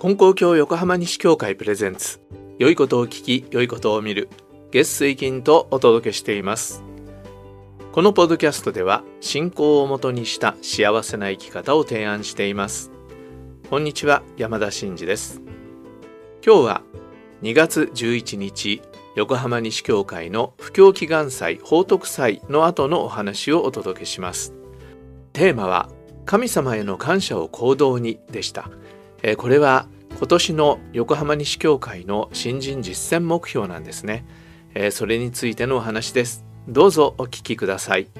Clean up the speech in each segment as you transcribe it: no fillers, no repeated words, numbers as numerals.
金光教横浜西教会プレゼンツ、良いことを聞き良いことを見る、月水金とお届けしています。このポッドキャストでは信仰をもとにした幸せな生き方を提案しています。こんにちは、山田真嗣です。今日は2月11日横浜西教会の布教祈願祭報徳祭の後のお話をお届けします。テーマは神様への感謝を行動にでした。これは今年の横浜西教会の新人実践目標なんですね。それについてのお話です。どうぞお聞きください。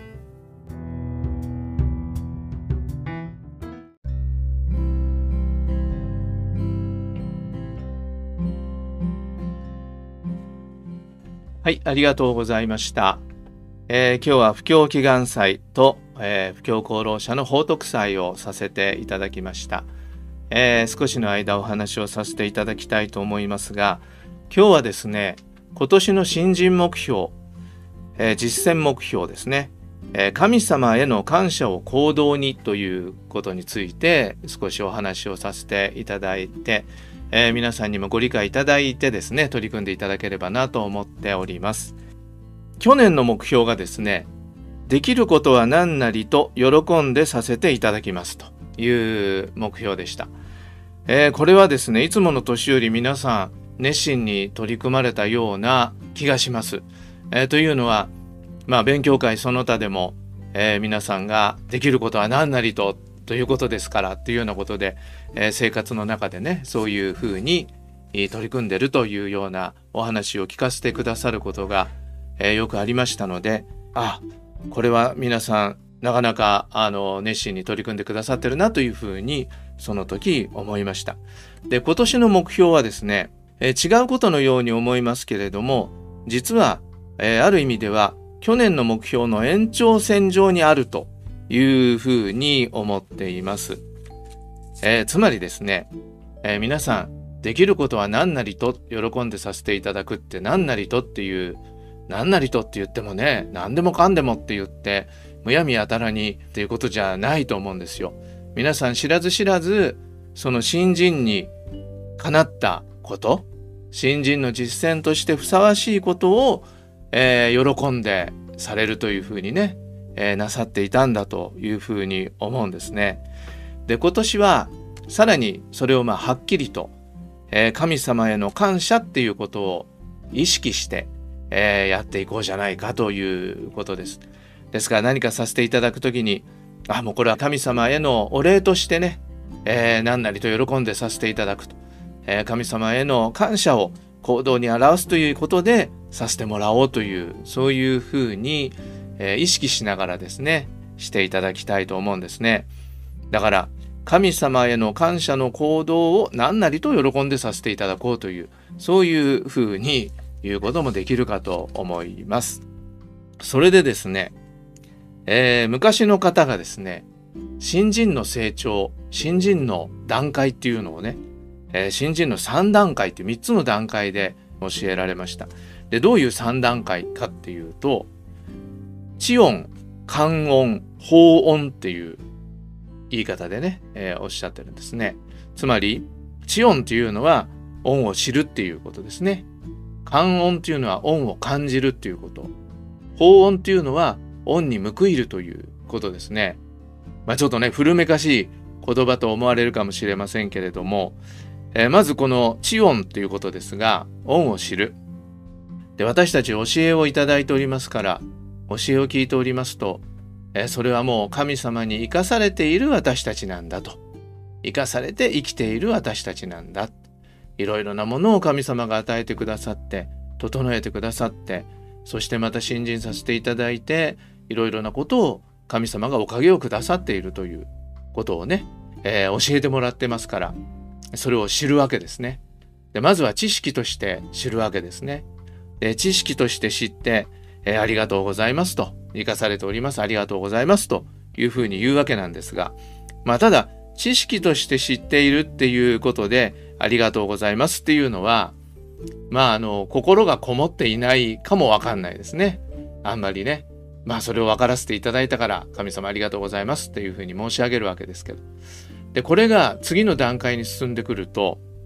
はい、ありがとうございました。今日は布教祈願祭と、布教功労者の報徳祭をさせていただきました。少しの間お話をさせていただきたいと思いますが、今日はですね、今年の新人目標、実践目標ですね、神様への感謝を行動にということについて少しお話をさせていただいて、皆さんにもご理解いただいてですね、取り組んでいただければなと思っております。去年の目標がですね、できることは何なりと喜んでさせていただきますという目標でした。これはですね、いつもの年より皆さん熱心に取り組まれたような気がします。というのは、勉強会その他でも、皆さんができることは何なりということですからというようなことで、生活の中でね、そういうふうに取り組んでいるというようなお話を聞かせてくださることが、よくありましたので、これは皆さんなかなか熱心に取り組んでくださってるなというふうにその時思いました。で、今年の目標はですね、違うことのように思いますけれども、実は、ある意味では去年の目標の延長線上にあるというふうに思っています。つまりですね、皆さんできることは何なりと喜んでさせていただくって何なりとって言ってもね、何でもかんでもって言ってむやみやたらにっていうことじゃないと思うんですよ。皆さん知らず知らずその新人にかなったこと、新人の実践としてふさわしいことを、喜んでされるというふうにね、なさっていたんだというふうに思うんですね。で、今年はさらにそれをはっきりと、神様への感謝っていうことを意識してやっていこうじゃないかということです。ですから何かさせていただくときに、もうこれは神様へのお礼としてね、何なりと喜んでさせていただくと、神様への感謝を行動に表すということでさせてもらおうという、そういうふうに、意識しながらですね、していただきたいと思うんですね。だから神様への感謝の行動を何なりと喜んでさせていただこうという、そういうふうにいうこともできるかと思います。それでですね、昔の方がですね、新人の成長、新人の段階っていうのをね、新人の3段階っていう3つの段階で教えられました。で、どういう3段階かっていうと、知音、観音、法音っていう言い方でね、おっしゃってるんですね。つまり、知音っていうのは音を知るっていうことですね。観音っていうのは音を感じるっていうこと。法音っていうのは音に報いるということですね。ちょっとね、古めかしい言葉と思われるかもしれませんけれども、まずこの知音っていうことですが、音を知る。で、私たち教えをいただいておりますから、教えを聞いておりますと、それはもう神様に生かされている私たちなんだと。生かされて生きている私たちなんだ。いろいろなものを神様が与えてくださって、整えてくださって、そしてまた信心させていただいて、いろいろなことを神様がおかげをくださっているということをね、教えてもらってますから、それを知るわけですね。で、まずは知識として知るわけですね。で、知識として知って、ありがとうございますと、生かされております、ありがとうございますというふうに言うわけなんですが、ただ知識として知っているっていうことでありがとうございますっていうのは、心がこもっていないかもわかんないですね。あんまりね。それを分からせていただいたから神様ありがとうございますっていうふうに申し上げるわけですけど。で、これが次の段階に進んでくると、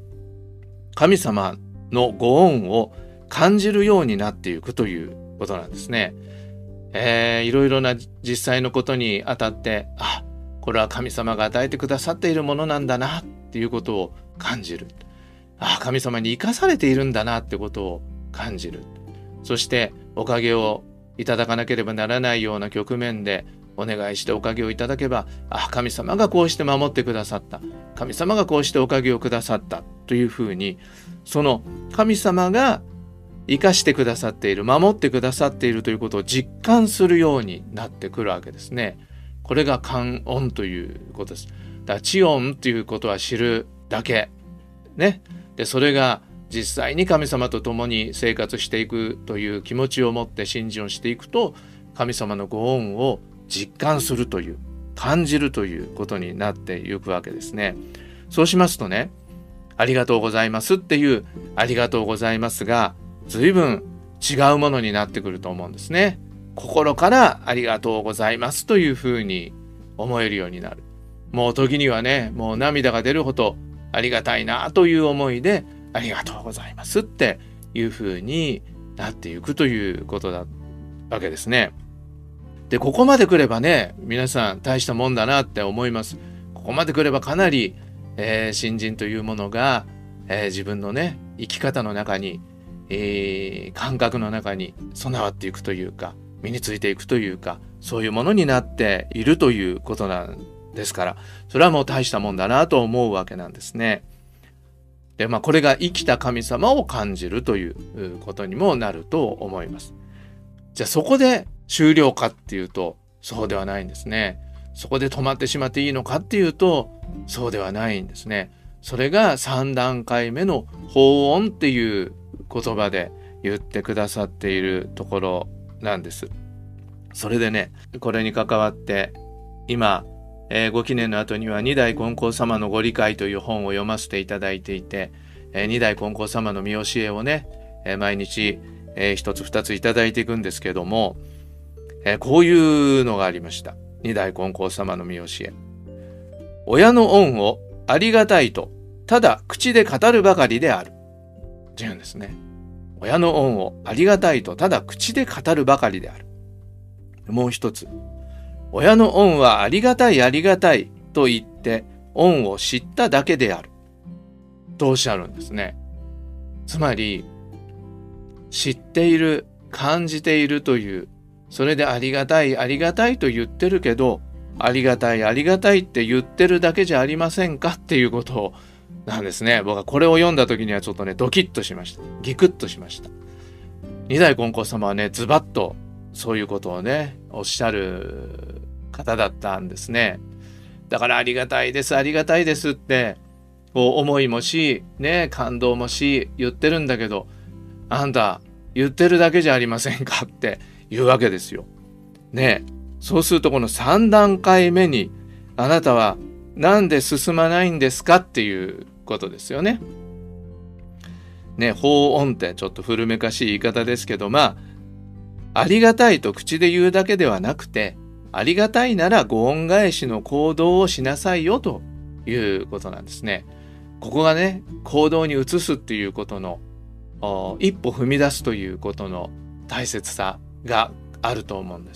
神様のご恩を感じるようになっていくということなんですね。いろいろな実際のことにあたって、これは神様が与えてくださっているものなんだなっていうことを感じる。神様に生かされているんだなってことを感じる。そしておかげをいただかなければならないような局面でお願いしておかげをいただけば、神様がこうして守ってくださった。神様がこうしておかげをくださったというふうに、その神様が生かしてくださっている、守ってくださっているということを実感するようになってくるわけですね。これが感恩ということです。だから知恩ということは知るだけ。ね。で、それが実際に神様と共に生活していくという気持ちを持って信心をしていくと、神様のご恩を実感するという、感じるということになっていくわけですね。そうしますとね、ありがとうございますっていうありがとうございますが、随分違うものになってくると思うんですね。心からありがとうございますというふうに思えるようになる。もう時にはね、もう涙が出るほどありがたいなという思いでありがとうございますっていうふうになっていくということだわけですね。で、ここまで来ればね、皆さん大したもんだなって思います。ここまで来ればかなり、信心というものが、自分のね、生き方の中に、感覚の中に備わっていくというか、身についていくというか、そういうものになっているということなんですから、それはもう大したもんだなと思うわけなんですね。で、これが生きた神様を感じるということにもなると思います。じゃあそこで終了かっていうと、そうではないんですね。そこで止まってしまっていいのかっていうと、そうではないんですね。それが3段階目の報恩っていう言葉で言ってくださっているところなんです。それでね、これに関わって今、ご記念の後には二代金光様のご理解という本を読ませていただいていて、二代金光様の見教えをね、毎日、一つ二ついただいていくんですけども、こういうのがありました。二代金光様の見教え。親の恩をありがたいとただ口で語るばかりであるっていうんですね。親の恩をありがたいとただ口で語るばかりである。もう一つ、親の恩はありがたいありがたいと言って恩を知っただけであるとおっしゃるんですね。つまり知っている、感じているという、それでありがたいありがたいと言ってるけど、ありがたいありがたいって言ってるだけじゃありませんかっていうことなんですね。僕はこれを読んだ時にはちょっとね、ドキッとしました。ギクッとしました。二代金光様はね、ズバッとそういうことをね、おっしゃる方だったんですね。だからありがたいですありがたいですってこう思いもしね、感動もし言ってるんだけど、あんた言ってるだけじゃありませんかって言うわけですよ。ねえ、そうするとこの3段階目にあなたはなんで進まないんですかっていうことですよね。ね、報恩ってちょっと古めかしい言い方ですけど、ありがたいと口で言うだけではなくて、ありがたいならご恩返しの行動をしなさいよということなんですね。ここがね、行動に移すっていうことの一歩踏み出すということの大切さがあると思うんです。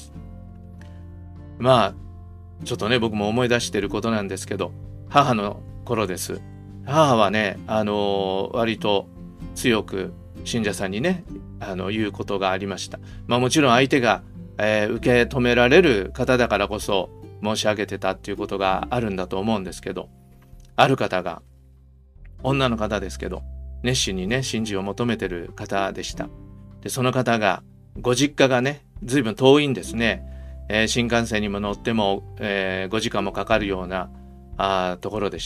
ちょっとね、僕も思い出していることなんですけど、母の頃です。母はね、割と強く信者さんにね、言うことがありました。もちろん相手が、受け止められる方だからこそ申し上げてたっていうことがあるんだと思うんですけど、ある方が、女の方ですけど、熱心にね、信心を求めてる方でした。で、その方が、ご実家がね、随分遠いんですね。新幹線にも乗っても、5時間もかかるようなところでした。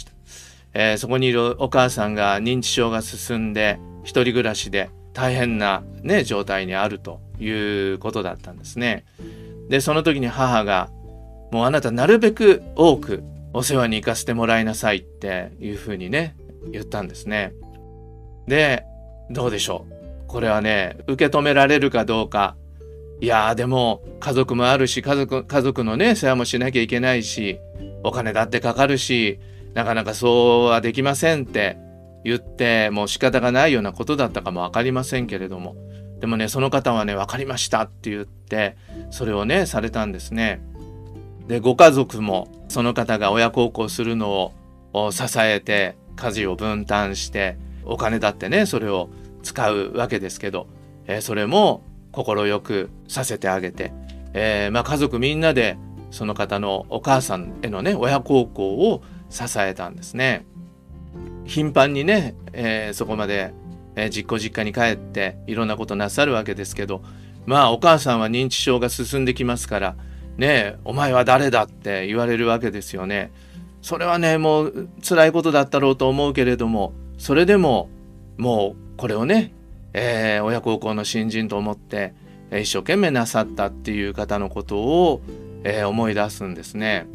そこにいるお母さんが認知症が進んで一人暮らしで大変な、ね、状態にあるということだったんですね。で、その時に母がもうあなたなるべく多くお世話に行かせてもらいなさいっていうふうにね言ったんですね。で、どうでしょう、これはね受け止められるかどうか。いやでも家族もあるし、家族のね世話もしなきゃいけないし、お金だってかかるし、なかなかそうはできませんって言ってもう仕方がないようなことだったかも分かりませんけれども、でもねその方はね分かりましたって言ってそれをねされたんですね。でご家族もその方が親孝行するのを支えて家事を分担してお金だってねそれを使うわけですけど、それも快くさせてあげて、家族みんなでその方のお母さんへのね親孝行を支えたんですね。頻繁にね、そこまで、実家に帰っていろんなことなさるわけですけど、お母さんは認知症が進んできますからね、お前は誰だって言われるわけですよね。それはねもう辛いことだったろうと思うけれども、それでももうこれをね、親孝行の新人と思って一生懸命なさったっていう方のことを、思い出すんですね。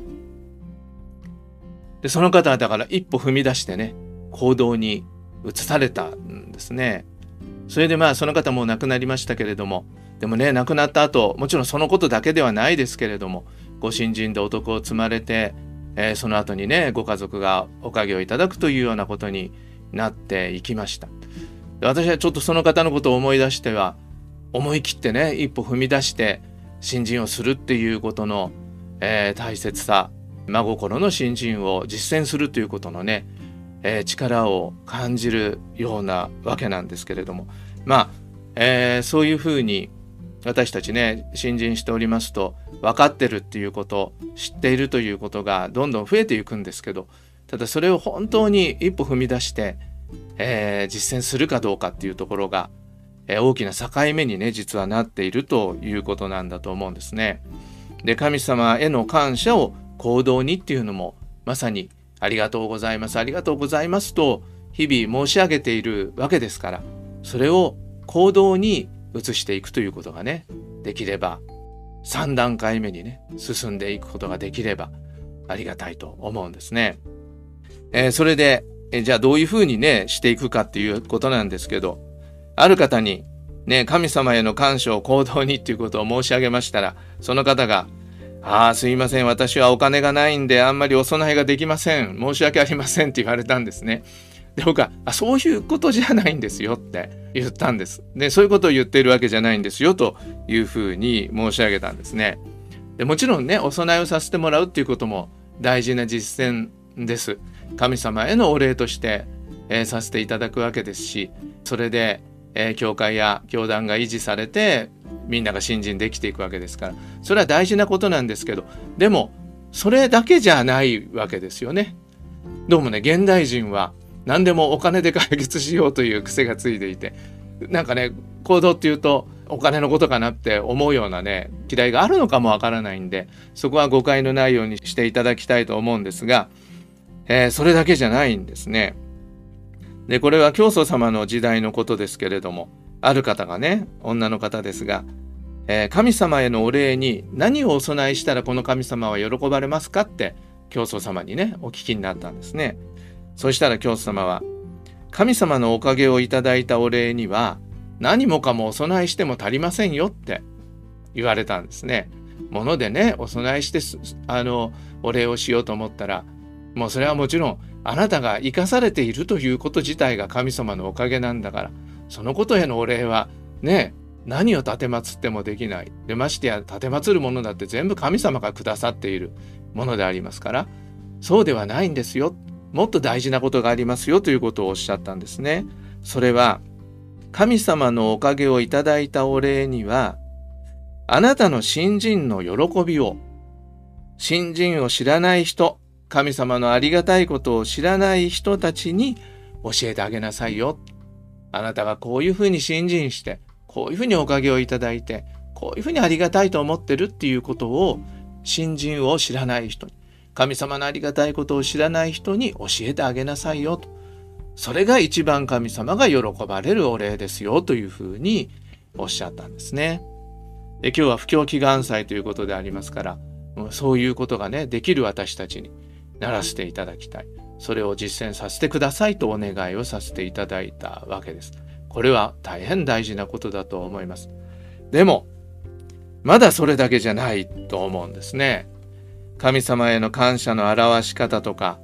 でその方はだから一歩踏み出してね行動に移されたんですね。それでその方もう亡くなりましたけれども、でもね亡くなった後もちろんそのことだけではないですけれども、ご新人でお床を積まれて、その後にねご家族がおかげをいただくというようなことになっていきました。で私はちょっとその方のことを思い出しては、思い切ってね一歩踏み出して新人をするっていうことの、大切さ、真心の新人を実践するということのね、力を感じるようなわけなんですけれども、そういうふうに私たちね新人しておりますと分かってるっていうこと、知っているということがどんどん増えていくんですけど、ただそれを本当に一歩踏み出して、実践するかどうかっていうところが、大きな境目にね実はなっているということなんだと思うんですね。で神様への感謝を行動にっていうのもまさにありがとうございますありがとうございますと日々申し上げているわけですから、それを行動に移していくということがねできれば、3段階目にね進んでいくことができればありがたいと思うんですね。それでじゃあどういうふうにねしていくかっていうことなんですけど、ある方にね神様への感謝を行動にっていうことを申し上げましたら、その方がすいません、私はお金がないんであんまりお供えができません、申し訳ありませんって言われたんですね。で僕はそういうことじゃないんですよって言ったんです。でそういうことを言っているわけじゃないんですよというふうに申し上げたんですね。でもちろんねお供えをさせてもらうっていうことも大事な実践です。神様へのお礼として、させていただくわけですし、それで、教会や教団が維持されてみんなが信心できていくわけですから、それは大事なことなんですけど、でもそれだけじゃないわけですよね。どうもね現代人は何でもお金で解決しようという癖がついていて、なんかね行動っていうとお金のことかなって思うようなね嫌いがあるのかもわからないんで、そこは誤解のないようにしていただきたいと思うんですが、それだけじゃないんですね。でこれは教祖様の時代のことですけれども、ある方がね女の方ですが、神様へのお礼に何をお供えしたらこの神様は喜ばれますかって教祖様にねお聞きになったんですね。そしたら教祖様は、神様のおかげをいただいたお礼には何もかもお供えしても足りませんよって言われたんですね。ものでねお供えしてお礼をしようと思ったら、もうそれはもちろんあなたが生かされているということ自体が神様のおかげなんだから、そのことへのお礼はね何を立てまつってもできない。でましてや立てまつるものだって全部神様がくださっているものでありますから、そうではないんですよ、もっと大事なことがありますよということをおっしゃったんですね。それは神様のおかげをいただいたお礼には、あなたの信心の喜びを、信心を知らない人、神様のありがたいことを知らない人たちに教えてあげなさいよ。あなたがこういうふうに信心してこういうふうにおかげをいただいてこういうふうにありがたいと思ってるっていうことを、信心を知らない人に、神様のありがたいことを知らない人に教えてあげなさいよと。それが一番神様が喜ばれるお礼ですよというふうにおっしゃったんですね。で今日は布教祈願祭ということでありますから、そういうことがねできる私たちにならせていただきたい。それを実践させてくださいとお願いをさせていただいたわけです。これは大変大事なことだと思います。でもまだそれだけじゃないと思うんですね。神様への感謝の表し方とか、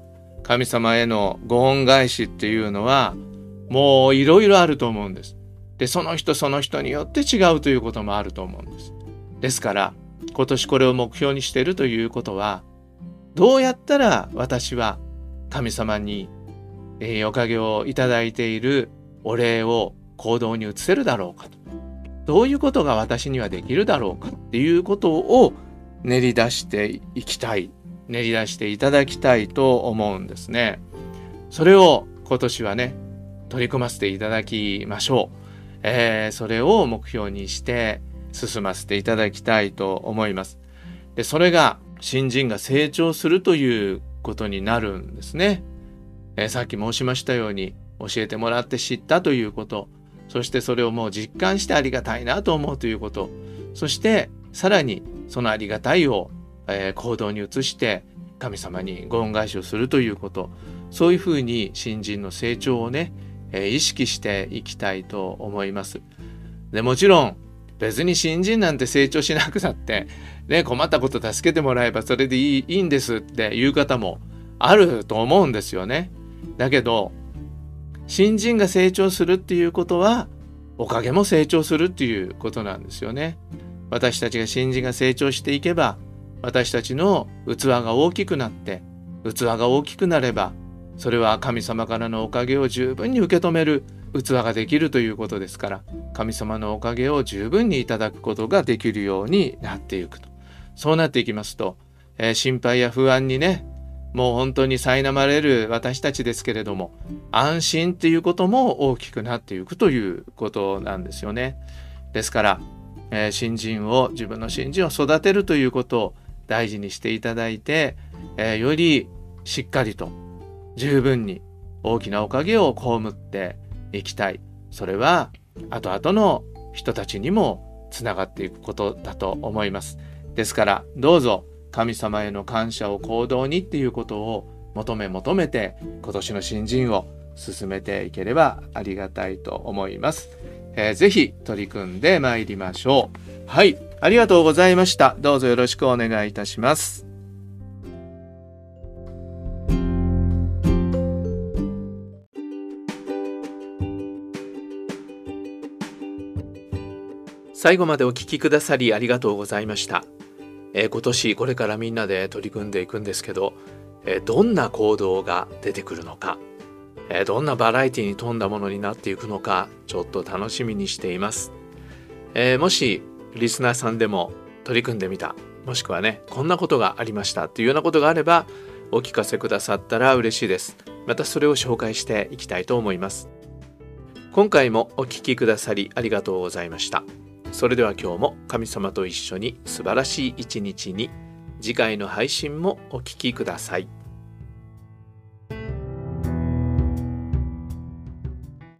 神様へのご恩返しっていうのはもういろいろあると思うんです。で、その人その人によって違うということもあると思うんです。ですから今年これを目標にしているということは、どうやったら私は神様におかげをいただいているお礼を行動に移せるだろうかと、どういうことが私にはできるだろうかっていうことを練り出していきたい、練り出していただきたいと思うんですね。それを今年はね、取り組ませていただきましょう。それを目標にして進ませていただきたいと思います。で、それが新人が成長するということになるんですね。さっき申しましたように、教えてもらって知ったということ、そしてそれをもう実感してありがたいなと思うということ、そしてさらにそのありがたいを、行動に移して神様にご恩返しをするということ、そういうふうに新人の成長をね、意識していきたいと思います。で、もちろん別に新人なんて成長しなくたって、ね、困ったこと助けてもらえばそれでいいんですっていう方もあると思うんですよね。だけど新人が成長するっていうことはおかげも成長するっていうことなんですよね。私たちが新人が成長していけば、私たちの器が大きくなって、器が大きくなれば、それは神様からのおかげを十分に受け止める器ができるということですから、神様のおかげを十分にいただくことができるようになっていくと。そうなっていきますと、心配や不安にね、もう本当に苛まれる私たちですけれども、安心っていうことも大きくなっていくということなんですよね。ですから、自分の新人を育てるということを大事にしていただいて、よりしっかりと十分に大きなおかげを被っていきたい。それは後々の人たちにもつながっていくことだと思います。ですからどうぞ神様への感謝を行動にっていうことを求めて今年の新人を進めていければありがたいと思います。ぜひ取り組んでまいりましょう。はい、ありがとうございました。どうぞよろしくお願いいたします。最後までお聞きくださりありがとうございました。今年これからみんなで取り組んでいくんですけど、どんな行動が出てくるのか、どんなバラエティに富んだものになっていくのか、ちょっと楽しみにしています。もしリスナーさんでも取り組んでみた、もしくはね、こんなことがありましたというようなことがあればお聞かせくださったら嬉しいです。またそれを紹介していきたいと思います。今回もお聞きくださりありがとうございました。それでは今日も神様と一緒に素晴らしい一日に。次回の配信もお聞きください。